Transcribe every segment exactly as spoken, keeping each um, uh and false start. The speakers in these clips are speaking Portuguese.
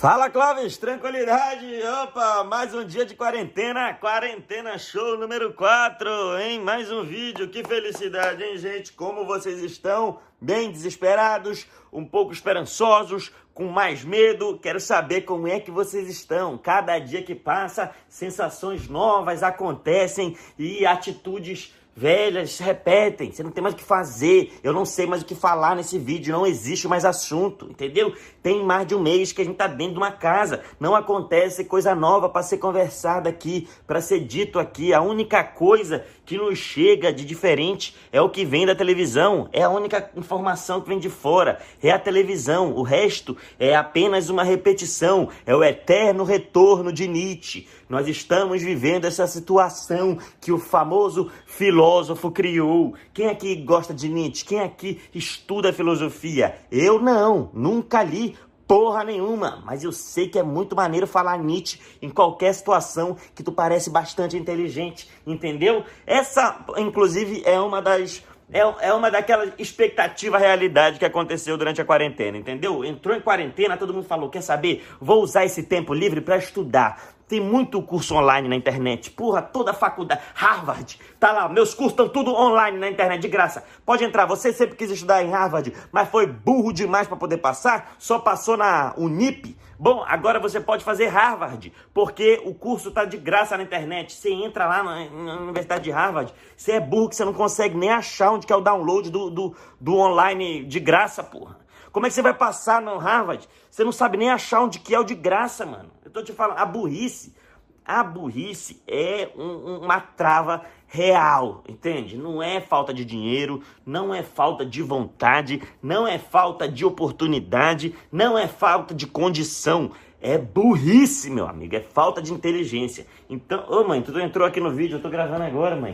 Fala, Clóvis, tranquilidade, opa, mais um dia de quarentena, quarentena show número quatro, hein, mais um vídeo, que felicidade, hein, gente, como vocês estão? Bem desesperados, um pouco esperançosos, com mais medo, quero saber como é que vocês estão, cada dia que passa, sensações novas acontecem e atitudes velhas se repetem, você não tem mais o que fazer, eu não sei mais o que falar nesse vídeo, não existe mais assunto, entendeu? Tem mais de um mês que a gente tá dentro de uma casa, não acontece coisa nova para ser conversada aqui, para ser dito aqui, a única coisa que nos chega de diferente é o que vem da televisão, é a única informação que vem de fora, é a televisão, o resto é apenas uma repetição, é o eterno retorno de Nietzsche. Nós estamos vivendo essa situação que o famoso filósofo criou. Quem aqui gosta de Nietzsche? Quem aqui estuda filosofia? Eu não, nunca li porra nenhuma, mas eu sei que é muito maneiro falar Nietzsche em qualquer situação que tu parece bastante inteligente, entendeu? Essa, inclusive, é uma das... É, é uma daquela expectativa realidade que aconteceu durante a quarentena, entendeu? Entrou em quarentena, todo mundo falou, quer saber? Vou usar esse tempo livre para estudar. Tem muito curso online na internet. Porra, toda a faculdade. Harvard. Tá lá, meus cursos estão tudo online na internet, de graça. Pode entrar. Você sempre quis estudar em Harvard, mas foi burro demais para poder passar? Só passou na Unip? Bom, agora você pode fazer Harvard, porque o curso tá de graça na internet. Você entra lá na, na Universidade de Harvard, você é burro que você não consegue nem achar onde que é o download do, do, do online de graça, porra. Como é que você vai passar no Harvard? Você não sabe nem achar onde que é o de graça, mano. Eu tô te falando, a burrice, a burrice é um, uma trava real, entende? Não é falta de dinheiro, não é falta de vontade, não é falta de oportunidade, não é falta de condição. É burrice, meu amigo, é falta de inteligência. Então, ô mãe, tu entrou aqui no vídeo, eu tô gravando agora, mãe.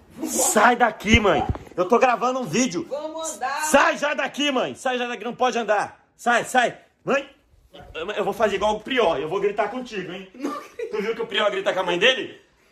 Sai daqui, mãe. Eu tô gravando um vídeo. Vamos andar. Sai já daqui, mãe. Sai já daqui, não pode andar. Sai, sai. Mãe, eu vou fazer igual o Prior. Eu vou gritar contigo, hein? Tu viu que o Prior grita com a mãe dele?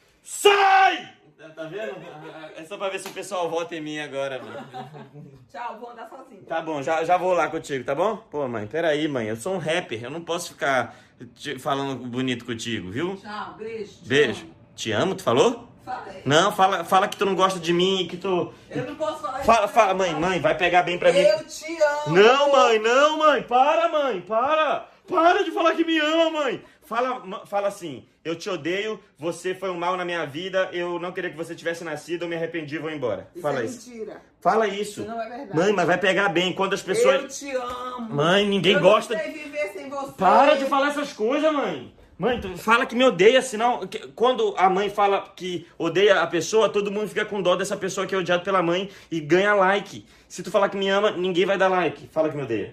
Sai! Tá vendo? É só pra ver se o pessoal vota em mim agora, mano. Tchau, vou andar sozinho. Tá bom, já, já vou lá contigo, tá bom? Pô, mãe, peraí, mãe. Eu sou um rapper. Eu não posso ficar te falando bonito contigo, viu? Tchau, beijo. Beijo. Te amo, tu falou? Falei. Não, fala, fala que tu não gosta de mim e que tu... Eu não posso falar Fala, isso. fala, mãe, mãe, vai pegar bem pra mim. Eu te amo. Não, mãe, não, mãe, para, mãe, para. Para de falar que me ama, mãe. Fala, fala assim, eu te odeio, você foi um mal na minha vida, eu não queria que você tivesse nascido, eu me arrependi e vou embora. Isso Fala é isso. mentira. Fala isso. Isso não é verdade. Mãe, mas vai pegar bem, quando as pessoas... Eu te amo. Mãe, ninguém eu gosta... Eu não sei viver sem você. Para de falar essas coisas, mãe. Mãe, tu fala que me odeia, senão... que- Quando a mãe fala que odeia a pessoa, todo mundo fica com dó dessa pessoa que é odiada pela mãe e ganha like. Se tu falar que me ama, ninguém vai dar like. Fala que me odeia.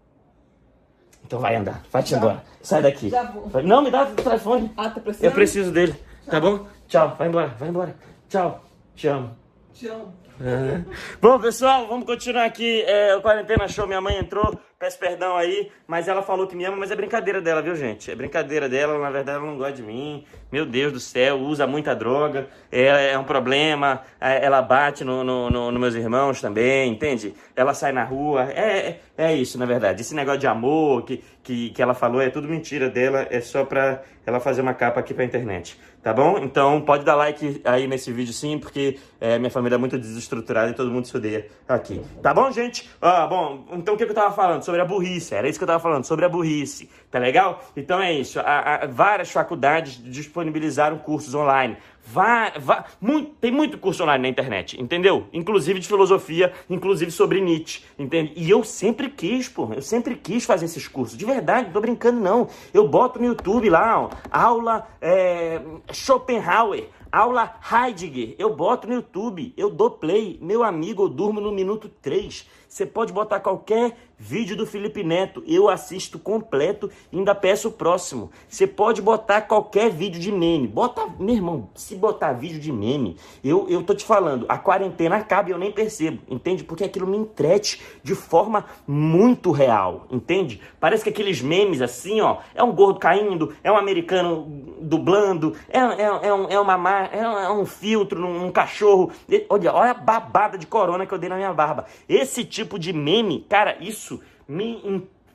Então vai andar, vai-te embora. Sai daqui. Já vou. Vai- Não, me dá o telefone. Ah, tá precisando? Eu preciso dele, tá bom? Tchau, vai embora, vai embora. Tchau, te amo. Te amo. Bom, pessoal, vamos continuar aqui. É, o Quarentena Show, minha mãe entrou, peço perdão aí, mas ela falou que me ama, mas é brincadeira dela, viu, gente? É brincadeira dela, na verdade ela não gosta de mim. Meu Deus do céu, usa muita droga, é, é um problema, é, ela bate nos no, no, no meus irmãos também, entende? Ela sai na rua, é, é, é isso, na verdade. Esse negócio de amor que, que, que ela falou é tudo mentira dela, é só pra ela fazer uma capa aqui pra internet. Tá bom? Então pode dar like aí nesse vídeo sim, porque é, minha família é muito desestruturada e todo mundo se odeia aqui. Tá bom, gente? Ah, bom, então o que eu tava falando? Sobre a burrice, era isso que eu tava falando, sobre a burrice. Tá legal? Então é isso, a, a, várias faculdades disponibilizaram cursos online. Vá, vá, muito, tem muito curso online na internet, entendeu? Inclusive de filosofia, inclusive sobre Nietzsche, entende? E eu sempre quis, pô, eu sempre quis fazer esses cursos, de verdade, não tô brincando não. Eu boto no YouTube lá, ó, aula é, Schopenhauer, aula Heidegger, eu boto no YouTube, eu dou play, meu amigo, eu durmo no minuto três. Você pode botar qualquer vídeo do Felipe Neto, eu assisto completo e ainda peço o próximo. Você pode botar qualquer vídeo de meme, bota, meu irmão, se botar vídeo de meme, eu, eu tô te falando, a quarentena acaba e eu nem percebo, entende? Porque aquilo me entrete de forma muito real, entende? Parece que aqueles memes assim, ó, é um gordo caindo, é um americano dublando, é, é, é, um, é, uma, é, um, é um filtro num um cachorro, olha, olha a babada de corona que eu dei na minha barba. Esse tipo de meme, cara, isso me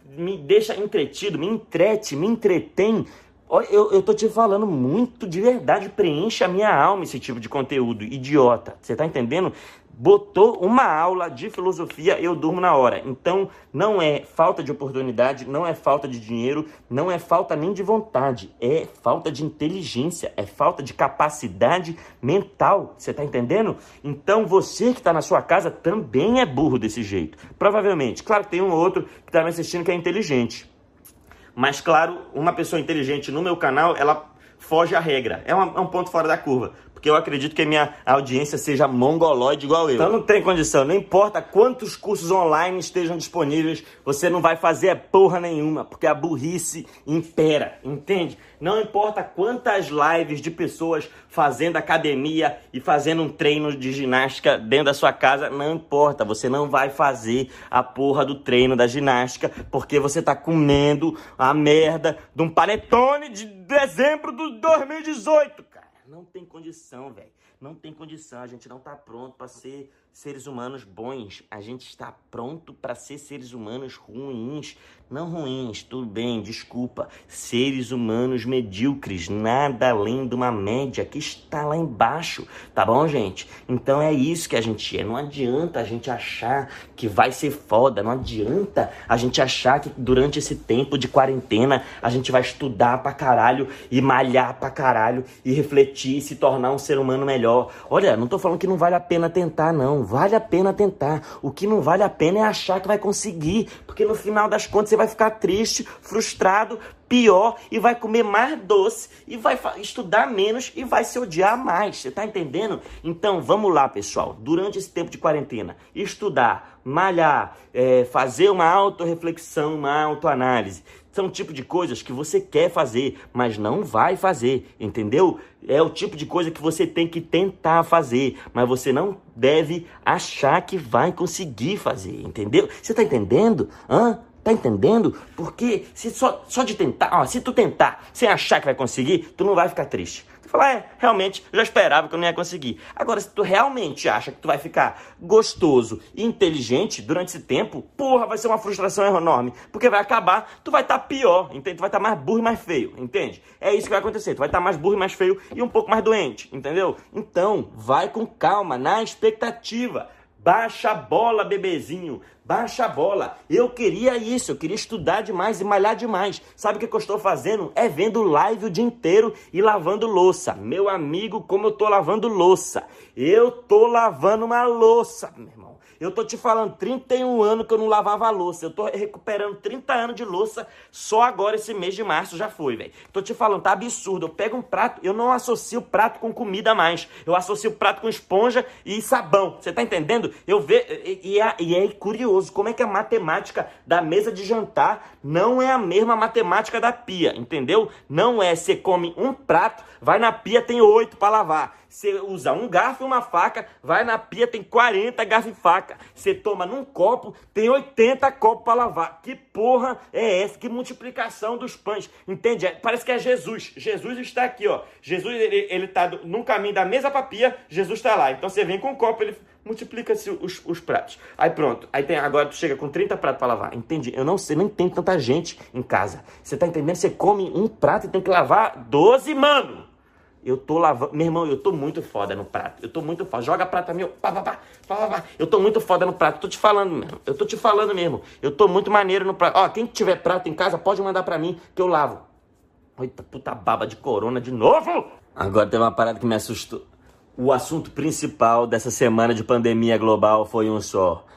me deixa entretido, me entrete, me entretém. Eu, eu tô te falando muito de verdade, preenche a minha alma esse tipo de conteúdo, idiota. Você tá entendendo? Botou uma aula de filosofia, eu durmo na hora. Então, não é falta de oportunidade, não é falta de dinheiro, não é falta nem de vontade. É falta de inteligência, é falta de capacidade mental. Você tá entendendo? Então, você que tá na sua casa também é burro desse jeito. Provavelmente. Claro que tem um ou outro que tá me assistindo que é inteligente. Mas, claro, uma pessoa inteligente no meu canal, ela foge à regra. É, uma, é um ponto fora da curva. Porque eu acredito que a minha audiência seja mongoloide igual eu. Então não tem condição. Não importa quantos cursos online estejam disponíveis, você não vai fazer porra nenhuma. Porque a burrice impera, entende? Não importa quantas lives de pessoas fazendo academia e fazendo um treino de ginástica dentro da sua casa, não importa. Você não vai fazer a porra do treino da ginástica porque você tá comendo a merda de um panetone de dezembro de dois mil e dezoito, cara. Não tem condição, velho. Não tem condição. A gente não tá pronto para ser seres humanos bons. A gente está pronto para ser seres humanos ruins. Não ruins, tudo bem, desculpa. Seres humanos medíocres, nada além de uma média que está lá embaixo. Tá bom, gente? Então é isso que a gente é. Não adianta a gente achar que vai ser foda. Não adianta a gente achar que durante esse tempo de quarentena a gente vai estudar pra caralho e malhar pra caralho e refletir e se tornar um ser humano melhor. Olha, não tô falando que não vale a pena tentar, não. Vale a pena tentar. O que não vale a pena é achar que vai conseguir. Porque no final das contas você vai ficar triste, frustrado, pior, e vai comer mais doce, e vai estudar menos, e vai se odiar mais. Você tá entendendo? Então, vamos lá, pessoal. Durante esse tempo de quarentena, estudar, malhar, é, fazer uma autorreflexão, uma autoanálise. São o tipo de coisas que você quer fazer, mas não vai fazer, entendeu? É o tipo de coisa que você tem que tentar fazer, mas você não deve achar que vai conseguir fazer, entendeu? Você tá entendendo? Hã? Tá entendendo? Porque se só, só de tentar, ó, se tu tentar sem achar que vai conseguir, tu não vai ficar triste. Tu fala, é, realmente, eu já esperava que eu não ia conseguir. Agora, se tu realmente acha que tu vai ficar gostoso e inteligente durante esse tempo, porra, vai ser uma frustração enorme. Porque vai acabar, tu vai estar tá pior, entende? Tu vai estar tá mais burro e mais feio, entende? É isso que vai acontecer. Tu vai estar tá mais burro e mais feio e um pouco mais doente, entendeu? Então, vai com calma, na expectativa. Baixa a bola, bebezinho. Baixa a bola. Eu queria isso, eu queria estudar demais e malhar demais. Sabe o que eu estou fazendo? É vendo live o dia inteiro e lavando louça. Meu amigo, como eu tô lavando louça. Eu tô lavando uma louça, meu irmão. Eu tô te falando, trinta e um anos que eu não lavava a louça. Eu tô recuperando trinta anos de louça só agora esse mês de março já foi, velho. Tô te falando, tá absurdo. Eu pego um prato, eu não associo prato com comida mais. Eu associo prato com esponja e sabão. Você tá entendendo? Eu vejo, e, e, é, e é curioso como é que a matemática da mesa de jantar não é a mesma matemática da pia, entendeu? Não é, você come um prato, vai na pia, tem oito pra lavar. Você usa um garfo e uma faca, vai na pia, tem quarenta garfo e faca. Você toma num copo, tem oitenta copos para lavar. Que porra é essa? Que multiplicação dos pães, entende? Parece que é Jesus. Jesus está aqui, ó. Jesus, ele, ele tá num caminho da mesa pra pia, Jesus está lá. Então você vem com um copo, ele multiplica-se os, os pratos. Aí pronto, aí tem, agora tu chega com trinta pratos para lavar. Entendi? Eu não sei, nem tem tanta gente em casa. Você tá entendendo? Você come um prato e tem que lavar doze, mano. Eu tô lavando... Meu irmão, eu tô muito foda no prato. Eu tô muito foda. Joga prato meu. Pá, pá, pá, pá, pá, pá. Eu tô muito foda no prato. Tô te falando mesmo. Eu tô te falando mesmo. Eu tô muito maneiro no prato. Ó, quem tiver prato em casa, pode mandar pra mim que eu lavo. Eita, puta baba de corona de novo. Agora tem uma parada que me assustou. O assunto principal dessa semana de pandemia global foi um só.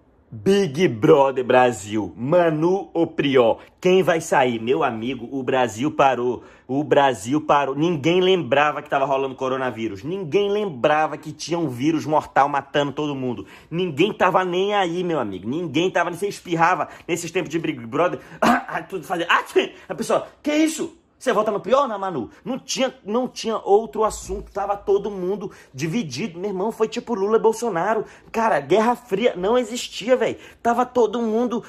Big Brother Brasil, Manu ou Prior, quem vai sair? Meu amigo, o Brasil parou, o Brasil parou, ninguém lembrava que tava rolando coronavírus, ninguém lembrava que tinha um vírus mortal matando todo mundo, ninguém tava nem aí, meu amigo, ninguém tava, você espirrava nesses tempos de Big Brother, ah, tudo fazia, ah, a pessoa, que isso? Você vota no Prior, né, Manu? Não tinha, não tinha outro assunto, tava todo mundo dividido. Meu irmão, foi tipo Lula e Bolsonaro. Cara, Guerra Fria não existia, velho. Tava todo mundo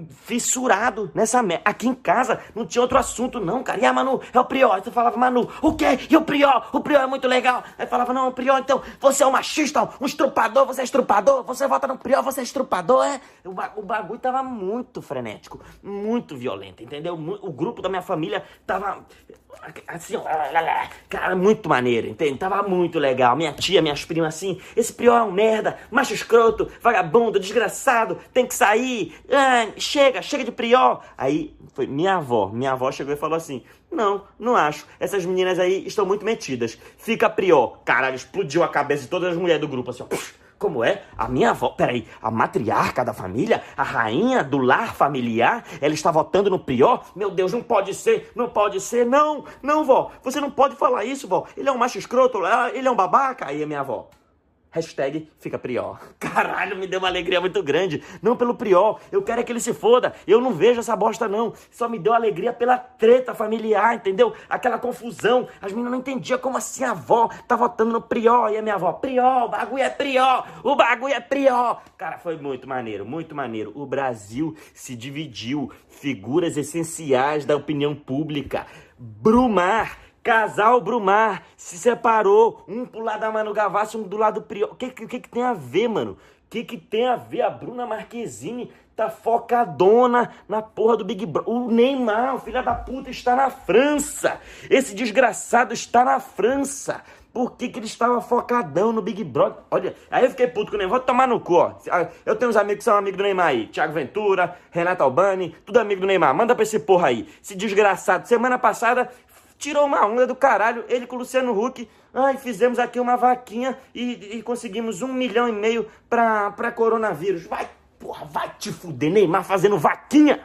fissurado nessa merda. Aqui em casa não tinha outro assunto, não, cara. E a Manu, é o Prior. Aí você falava, Manu, o quê? E o Prior? O Prior é muito legal. Aí falava, não, o Prior, então, você é um machista, um estrupador, você é estrupador, você vota no Prior, você é estrupador, é? O, ba o bagulho tava muito frenético, muito violento, entendeu? O grupo da minha família tava... assim, ó, cara, muito maneiro, entende? Tava muito legal. Minha tia, minhas primas, assim, esse Prior é um merda, macho escroto, vagabundo, desgraçado, tem que sair, ah, chega, chega de Prior. Aí, foi minha avó, minha avó chegou e falou assim, não, não acho, essas meninas aí estão muito metidas, fica Prior. Caralho, explodiu a cabeça de todas as mulheres do grupo, assim, ó, puf. Como é? A minha avó, peraí, a matriarca da família, a rainha do lar familiar, ela está votando no Prior? Meu Deus, não pode ser, não pode ser, não, não, vó, você não pode falar isso, vó, ele é um macho escroto, ele é um babaca. Aí a minha avó, hashtag fica Prior. Caralho, me deu uma alegria muito grande. Não pelo Prior, eu quero é que ele se foda. Eu não vejo essa bosta, não. Só me deu alegria pela treta familiar, entendeu? Aquela confusão. As meninas não entendiam como assim a avó tá votando no Prior. E a minha avó, Prior, o bagulho é Prior, o bagulho é Prior. Cara, foi muito maneiro, muito maneiro. O Brasil se dividiu. Figuras essenciais da opinião pública. Brumar. Casal Brumar se separou, um pro lado da Manu Gavassi, um do lado do Prior. O que, que, que tem a ver, mano? O que, que tem a ver? A Bruna Marquezine tá focadona na porra do Big Brother. O Neymar, o filho da puta, está na França. Esse desgraçado está na França. Por que que ele estava focadão no Big Brother? Olha, aí eu fiquei puto com o Neymar. Vou tomar no cu, ó. Eu tenho uns amigos que são amigos do Neymar aí. Thiago Ventura, Renato Albani, tudo amigo do Neymar. Manda pra esse porra aí. Esse desgraçado. Semana passada... tirou uma onda do caralho, ele com o Luciano Huck. Ai, fizemos aqui uma vaquinha e, e conseguimos um milhão e meio pra, pra coronavírus. Vai, porra, vai te fuder. Neymar fazendo vaquinha.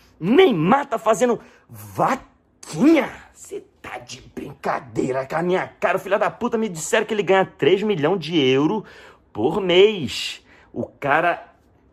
Neymar tá fazendo vaquinha. Você tá de brincadeira com a minha cara. O filho da puta me disseram que ele ganha três milhões de euros por mês. O cara...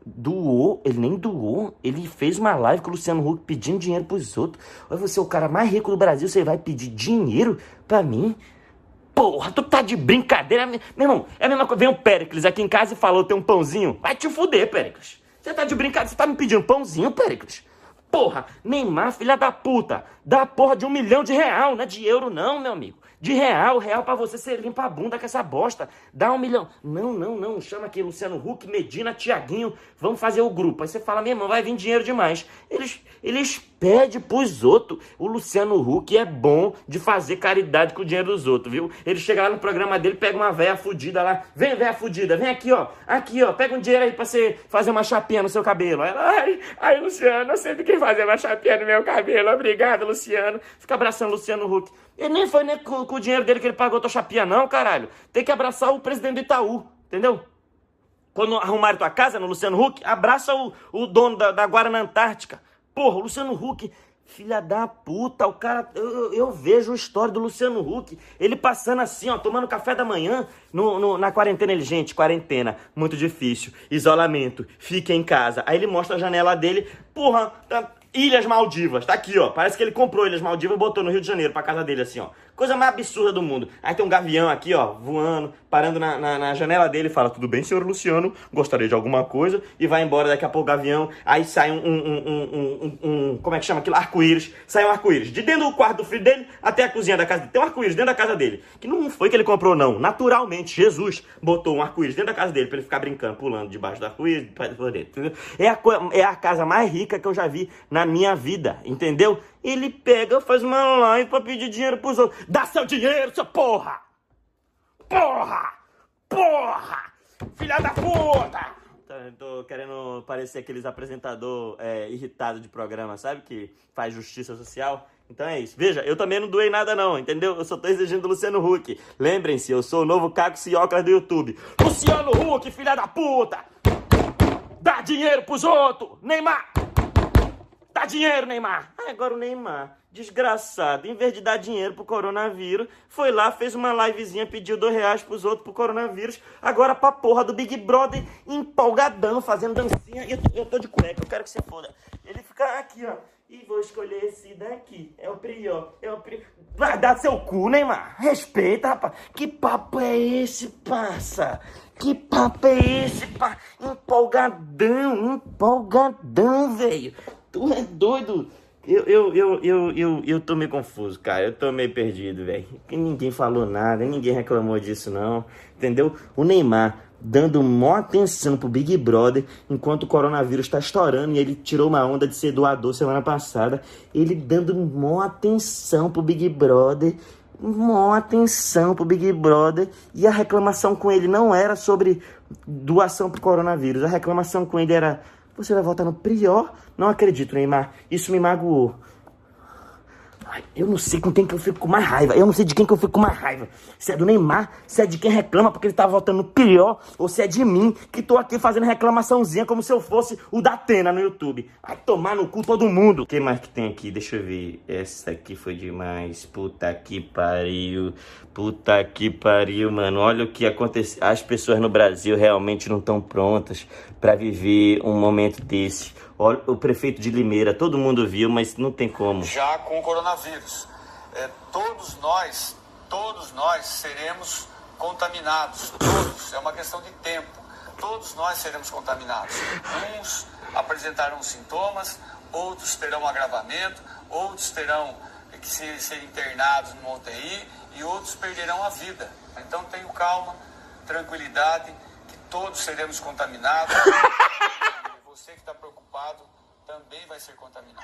doou, ele nem doou, ele fez uma live com o Luciano Huck pedindo dinheiro pros outros. Olha, você é o cara mais rico do Brasil, você vai pedir dinheiro pra mim? Porra, tu tá de brincadeira. Meu irmão, é a mesma coisa. Vem o Péricles aqui em casa e falou, tem um pãozinho. Vai te fuder, Péricles. Você tá de brincadeira, você tá me pedindo pãozinho, Péricles? Porra, Neymar, filha da puta, dá a porra de um milhão de real, não é de euro não, meu amigo. De real, real pra você, você limpa a bunda com essa bosta. Dá um milhão. Não, não, não. Chama aqui Luciano Huck, Medina, Tiaguinho. Vamos fazer o grupo. Aí você fala, meu irmão, vai vir dinheiro demais. Eles, eles pedem pros outros. O Luciano Huck é bom de fazer caridade com o dinheiro dos outros, viu? Ele chega lá no programa dele, pega uma véia fudida lá. Vem, véia fudida, vem aqui, ó. Aqui, ó. Pega um dinheiro aí pra você fazer uma chapinha no seu cabelo. Aí ela, ai, ai, Luciano, eu sempre quis fazer uma chapinha no meu cabelo. Obrigado, Luciano. Fica abraçando o Luciano Huck. Ele nem foi nem com, com o dinheiro dele que ele pagou tua chapinha, não, caralho. Tem que abraçar o presidente do Itaú, entendeu? Quando arrumarem tua casa no Luciano Huck, abraça o, o dono da, da Guarana Antártica. Porra, o Luciano Huck, filha da puta, o cara... Eu, eu vejo a história do Luciano Huck, ele passando assim, ó, tomando café da manhã no, no, na quarentena. Ele, gente, quarentena, muito difícil, isolamento, fica em casa. Aí ele mostra a janela dele, porra... Tá, Ilhas Maldivas, tá aqui, ó. Parece que ele comprou Ilhas Maldivas e botou no Rio de Janeiro, pra casa dele, assim, ó. Coisa mais absurda do mundo. Aí tem um gavião aqui, ó, voando, parando na, na, na janela dele e fala, tudo bem, senhor Luciano? Gostaria de alguma coisa? E vai embora daqui a pouco o gavião. Aí sai um, um, um, um, um, um como é que chama aquilo? Arco-íris. Sai um arco-íris. De dentro do quarto do filho dele até a cozinha da casa dele. Tem um arco-íris dentro da casa dele. Que não foi que ele comprou, não. Naturalmente, Jesus botou um arco-íris dentro da casa dele pra ele ficar brincando, pulando debaixo do arco-íris, por dentro, entendeu? É a, é a casa mais rica que eu já vi na minha vida, entendeu? Ele pega, faz uma live pra pedir dinheiro pros outros. Dá seu dinheiro, seu porra! Porra! Porra! Filha da puta! Tô querendo parecer aqueles apresentador é, irritado de programa, sabe? Que faz justiça social. Então é isso. Veja, eu também não doei nada não, entendeu? Eu só tô exigindo do Luciano Huck. Lembrem-se, eu sou o novo Caco Ciocas do YouTube. Luciano Huck, filha da puta! Dá dinheiro pros outros! Neymar! Dá dinheiro, Neymar! Ah, agora o Neymar, desgraçado, em vez de dar dinheiro pro coronavírus, foi lá, fez uma livezinha, pediu dois reais pros outros pro coronavírus, agora pra porra do Big Brother, empolgadão, fazendo dancinha. E eu, eu tô de cueca, eu quero que você foda. Ele fica aqui, ó, e vou escolher esse daqui. É o Prior, é o Prior. Vai dar seu cu, Neymar. Respeita, rapaz. Que papo é esse, parça? Que papo é esse, pá? Empolgadão, empolgadão, velho. Tu é doido. Eu, eu, eu, eu, eu, eu tô meio confuso, cara. Eu tô meio perdido, velho. Ninguém falou nada, ninguém reclamou disso, não. Entendeu? O Neymar dando maior atenção pro Big Brother enquanto o coronavírus tá estourando e ele tirou uma onda de ser doador semana passada. Ele dando maior atenção pro Big Brother. Maior atenção pro Big Brother. E a reclamação com ele não era sobre doação pro coronavírus. A reclamação com ele era: você vai votar no Prior? Não acredito, Neymar. Isso me magoou. Ai, eu não sei com quem que eu fico com mais raiva. Eu não sei de quem que eu fico com mais raiva. Se é do Neymar, se é de quem reclama porque ele tá votando no Prior, ou se é de mim, que tô aqui fazendo reclamaçãozinha como se eu fosse o da Atena no YouTube. Vai tomar no cu todo mundo. O que mais que tem aqui? Deixa eu ver. Essa aqui foi demais. Puta que pariu. Puta que pariu, mano. Olha o que aconteceu. As pessoas no Brasil realmente não estão prontas pra viver um momento desse. Olha, o prefeito de Limeira, todo mundo viu, mas não tem como. Já com o coronavírus, é, todos nós, todos nós seremos contaminados, todos, é uma questão de tempo, todos nós seremos contaminados. Uns apresentarão sintomas, outros terão agravamento, outros terão que ser, ser internados numa U T I e outros perderão a vida. Então tenham calma, tranquilidade, que todos seremos contaminados. Você que está preocupado também vai ser contaminado.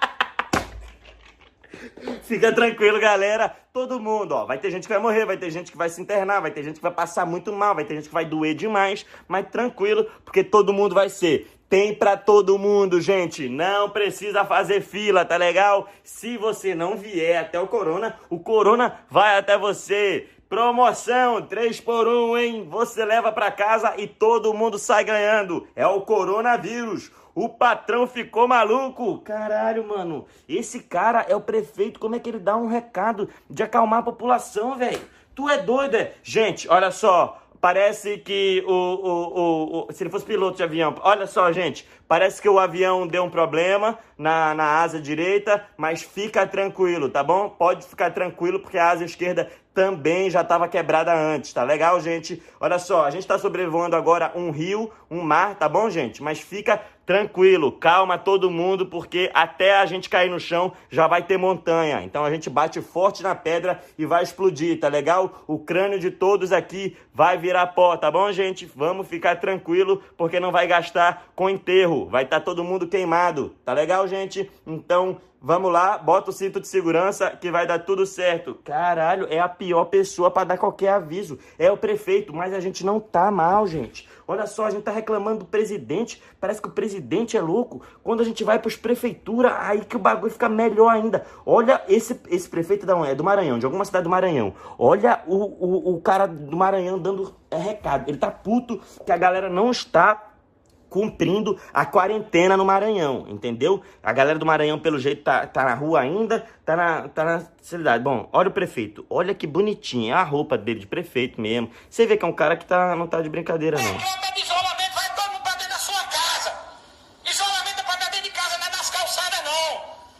Fica tranquilo, galera. Todo mundo, ó. Vai ter gente que vai morrer, vai ter gente que vai se internar, vai ter gente que vai passar muito mal, vai ter gente que vai doer demais. Mas tranquilo, porque todo mundo vai ser. Tem pra todo mundo, gente. Não precisa fazer fila, tá legal? Se você não vier até o Corona, o Corona vai até você. Promoção três por um, hein? Você leva pra casa e todo mundo sai ganhando. É o coronavírus. O patrão ficou maluco. Caralho, mano. Esse cara é o prefeito. Como é que ele dá um recado de acalmar a população, velho? Tu é doido, é? Gente, olha só. Parece que o, o, o, o... Se ele fosse piloto de avião... Olha só, gente. Parece que o avião deu um problema na, na asa direita, mas fica tranquilo, tá bom? Pode ficar tranquilo, porque a asa esquerda também já estava quebrada antes, tá legal, gente? Olha só, a gente tá sobrevoando agora um rio, um mar, tá bom, gente? Mas fica tranquilo, calma todo mundo, porque até a gente cair no chão já vai ter montanha. Então a gente bate forte na pedra e vai explodir, tá legal? O crânio de todos aqui vai virar pó, tá bom, gente? Vamos ficar tranquilo, porque não vai gastar com enterro. Vai estar todo mundo queimado, tá legal, gente? Então, vamos lá, bota o cinto de segurança que vai dar tudo certo. Caralho, é a pior pessoa pra dar qualquer aviso. É o prefeito, mas a gente não tá mal, gente. Olha só, a gente tá reclamando do presidente. Parece que o presidente é louco. Quando a gente vai pros prefeituras, aí que o bagulho fica melhor ainda. Olha, esse, esse prefeito da, é do Maranhão, de alguma cidade do Maranhão. Olha o, o, o cara do Maranhão dando é, recado. Ele tá puto que a galera não está cumprindo a quarentena no Maranhão, entendeu? A galera do Maranhão, pelo jeito, tá, tá na rua ainda, tá na, tá na cidade. Bom, olha o prefeito, olha que bonitinho, a roupa dele de prefeito mesmo. Você vê que é um cara que tá, não tá de brincadeira, não. Decreta de isolamento, vai todo mundo pra dentro da sua casa. Isolamento é pra estar dentro de casa, não é nas calçadas, não.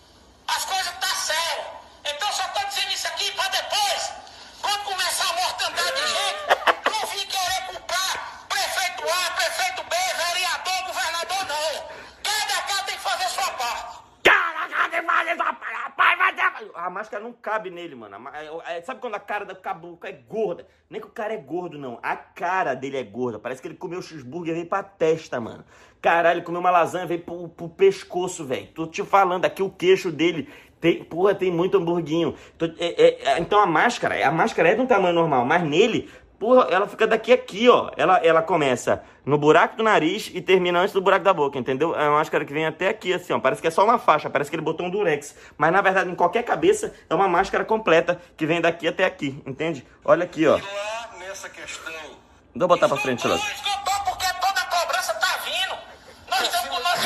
As coisas tá sério. Então só tô dizendo isso aqui pra depois, quando começar a mortandade de gente, não vim querer culpar prefeito A, prefeito B, vereador, governador, não. Cada casa tem que fazer sua parte. A máscara não cabe nele, mano. Sabe quando a cara do caboclo é gorda? Nem que o cara é gordo, não. A cara dele é gorda. Parece que ele comeu cheeseburger e veio pra testa, mano. Caralho, ele comeu uma lasanha e veio pro, pro pescoço, velho. Tô te falando, aqui o queixo dele tem, porra, tem muito hamburguinho. Tô, é, é, então a máscara, a máscara é de um tamanho normal, mas nele, porra, ela fica daqui a aqui, ó. Ela, ela começa no buraco do nariz e termina antes do buraco da boca, entendeu? É uma máscara que vem até aqui, assim, ó. Parece que é só uma faixa, parece que ele botou um durex. Mas, na verdade, em qualquer cabeça, é uma máscara completa que vem daqui até aqui, entende? Olha aqui, ó. E lá nessa questão... Vou botar pra frente, logo. Esgotou porque toda a cobrança tá vindo. Nós estamos com o nosso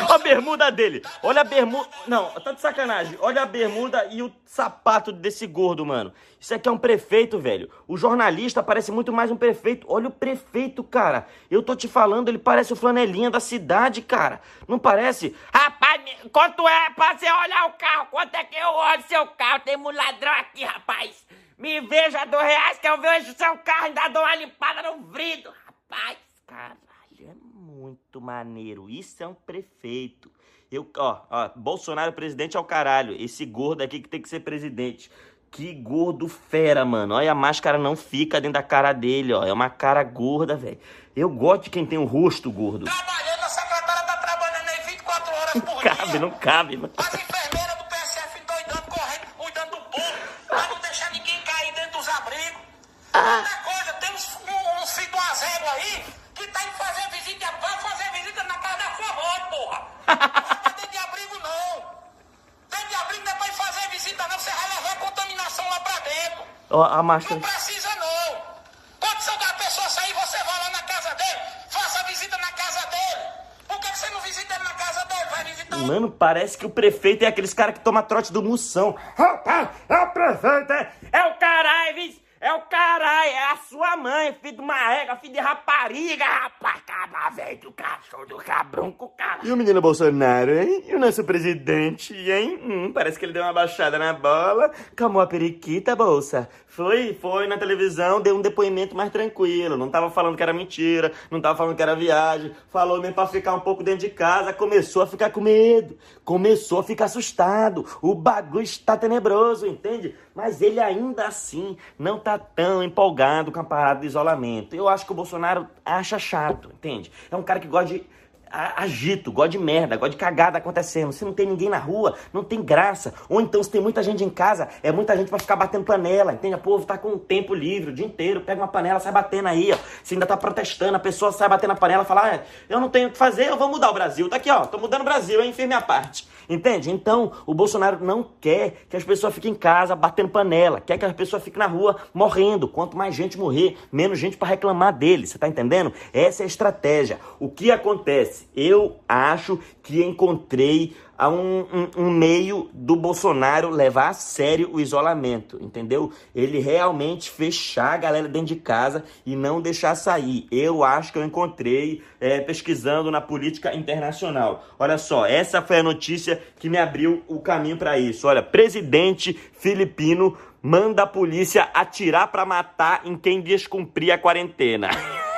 Olha a bermuda dele. Olha a bermuda. Não, tá de sacanagem. Olha a bermuda e o sapato desse gordo, mano. Isso aqui é um prefeito, velho. O jornalista parece muito mais um prefeito. Olha o prefeito, cara. Eu tô te falando, ele parece o flanelinha da cidade, cara. Não parece? Rapaz, quanto é pra você olhar o carro? Quanto é que eu olho seu carro? Tem um ladrão aqui, rapaz. Me veja dois reais que eu vejo seu carro e ainda dou uma limpada no vidro. Rapaz, caralho, é muito maneiro. Isso é um prefeito. Eu, ó, ó, Bolsonaro presidente é o caralho. Esse gordo aqui que tem que ser presidente. Que gordo fera, mano. Olha, a máscara não fica dentro da cara dele, ó. É uma cara gorda, velho. Eu gosto de quem tem um rosto gordo. Trabalhando, a secretária tá trabalhando aí vinte e quatro horas por Não dia. cabe, não cabe, mano. As enfermeiras do P S F doidando, correndo, cuidando do povo, pra não deixar ninguém cair dentro dos abrigos. Outra coisa, tem uns, um, uns filhos de uma zégua aí que tá indo fazer visita, vai fazer visita na casa da sua mãe, porra. Não vai dentro de abrigo, não. Dentro de abrigo não é pra ir fazer visita, não. Você vai levar contaminação lá pra dentro. Ó, a máscara. Não precisa, não. Quando você dá a pessoa sair, você vai lá na casa dele, faça a visita na casa dele. Por que você não visita ele na casa dele? Vai visitar o... Mano, parece que o prefeito é aqueles caras que toma trote do Moção. Rapaz, é o prefeito, é, é o caralho, viu? É o caralho, é a sua mãe, filho de uma régua, filho de rapariga, rapaz, cabra velho do cachorro, do cabrunco, cara. E o menino Bolsonaro, hein? E o nosso presidente, hein? Hum, parece que ele deu uma baixada na bola, calmou a periquita, bolsa. Foi, foi na televisão, deu um depoimento mais tranquilo, não tava falando que era mentira, não tava falando que era viagem, falou mesmo pra ficar um pouco dentro de casa, começou a ficar com medo, começou a ficar assustado, o bagulho está tenebroso, entende? Mas ele ainda assim não tá tão empolgado com a parada de isolamento. Eu acho que o Bolsonaro acha chato, entende? É um cara que gosta de agito, gosta de merda, gosta de cagada acontecendo. Se não tem ninguém na rua, não tem graça. Ou então, se tem muita gente em casa, é muita gente pra ficar batendo panela, entende? O povo tá com o tempo livre o dia inteiro, pega uma panela, sai batendo aí, ó. Você ainda tá protestando, a pessoa sai batendo na panela e fala, ah, eu não tenho o que fazer, eu vou mudar o Brasil. Tá aqui, ó, tô mudando o Brasil, hein, firme a parte. Entende? Então, o Bolsonaro não quer que as pessoas fiquem em casa batendo panela, quer que as pessoas fiquem na rua morrendo. Quanto mais gente morrer, menos gente pra reclamar dele, você tá entendendo? Essa é a estratégia. O que acontece? Eu acho que encontrei um, um, um meio do Bolsonaro levar a sério o isolamento, entendeu? Ele realmente fechar a galera dentro de casa e não deixar sair. Eu acho que eu encontrei é, pesquisando na política internacional. Olha só, essa foi a notícia que me abriu o caminho para isso. Olha, presidente filipino manda a polícia atirar para matar em quem descumprir a quarentena.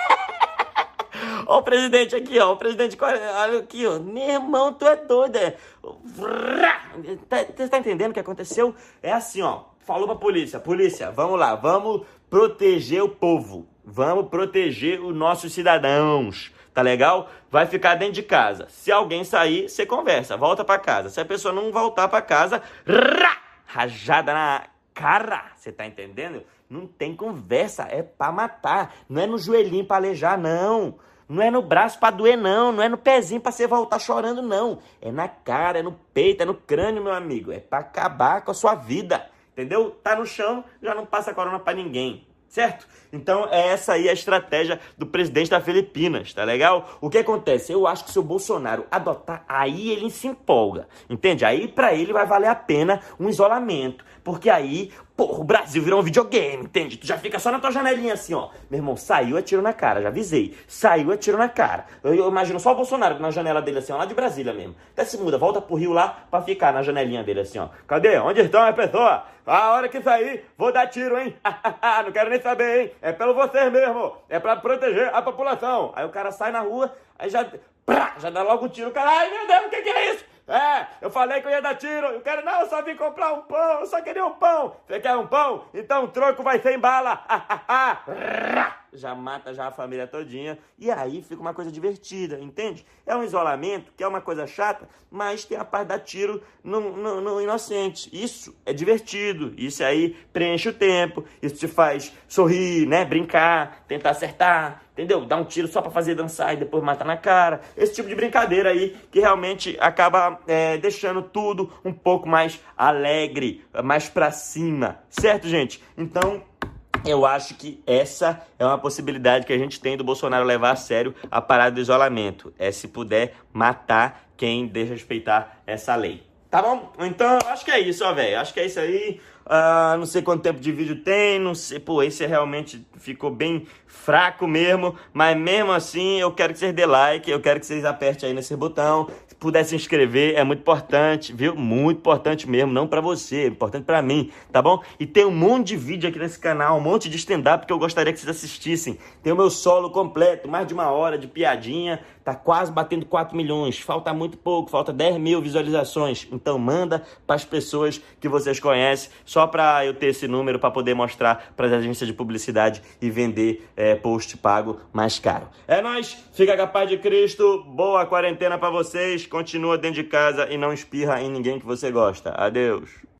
Ó o presidente aqui, ó, o presidente, olha aqui, ó, meu irmão, tu é doido, é. Você tá entendendo o que aconteceu? É assim, ó, falou pra polícia, polícia, vamos lá, vamos proteger o povo, vamos proteger os nossos cidadãos, tá legal? Vai ficar dentro de casa, se alguém sair, você conversa, volta pra casa, se a pessoa não voltar pra casa, rajada na cara, você tá entendendo? Não tem conversa, é pra matar, não é no joelhinho pra alejar, não. Não é no braço pra doer, não. Não é no pezinho pra você voltar chorando, não. É na cara, é no peito, é no crânio, meu amigo. É pra acabar com a sua vida, entendeu? Tá no chão, já não passa corona pra ninguém, certo? Então, é essa aí a estratégia do presidente da Filipinas, tá legal? O que acontece? Eu acho que se o Bolsonaro adotar, aí ele se empolga, entende? Aí pra ele vai valer a pena um isolamento, porque aí, porra, o Brasil virou um videogame, entende? Tu já fica só na tua janelinha assim, ó. Meu irmão, saiu, é tiro na cara, já avisei. Saiu, é tiro na cara. Eu, eu imagino só o Bolsonaro na janela dele assim, ó, lá de Brasília mesmo. Até se muda, volta pro Rio lá pra ficar na janelinha dele assim, ó. Cadê? Onde estão as pessoas? A hora que sair, vou dar tiro, hein? Não quero nem saber, hein? É pelo vocês mesmo. É pra proteger a população. Aí o cara sai na rua, aí já... Prá, já dá logo um tiro. O cara, ai meu Deus, o que que é isso? É, eu falei que eu ia dar tiro. Eu quero, não, eu só vim comprar um pão. Eu só queria um pão. Você quer um pão? Então o troco vai ser em bala. Já mata já a família todinha. E aí fica uma coisa divertida, entende? É um isolamento, que é uma coisa chata, mas tem a parte da tiro no, no, no inocente. Isso é divertido. Isso aí preenche o tempo. Isso te faz sorrir, né? Brincar, tentar acertar. Entendeu? Dá um tiro só pra fazer dançar e depois matar na cara. Esse tipo de brincadeira aí que realmente acaba é, deixando tudo um pouco mais alegre, mais pra cima. Certo, gente? Então, Eu acho que essa é uma possibilidade que a gente tem do Bolsonaro levar a sério a parada do isolamento. É se puder matar quem desrespeitar essa lei. Tá bom? Então, acho que é isso, ó, velho. Acho que é isso aí. Uh, não sei quanto tempo de vídeo tem, não sei. Pô, esse realmente ficou bem fraco mesmo. Mas mesmo assim, eu quero que vocês dê like. Eu quero que vocês apertem aí nesse botão. Se puder se inscrever, é muito importante, viu? Muito importante mesmo. Não pra você, é importante pra mim, tá bom? E tem um monte de vídeo aqui nesse canal, um monte de stand-up que eu gostaria que vocês assistissem. Tem o meu solo completo, mais de uma hora de piadinha. Tá quase batendo quatro milhões. Falta muito pouco, falta dez mil visualizações. Então manda para as pessoas que vocês conhecem, só para eu ter esse número para poder mostrar para as agências de publicidade e vender é, post pago mais caro. É nóis, fica com a paz de Cristo, boa quarentena para vocês, continua dentro de casa e não espirra em ninguém que você gosta. Adeus.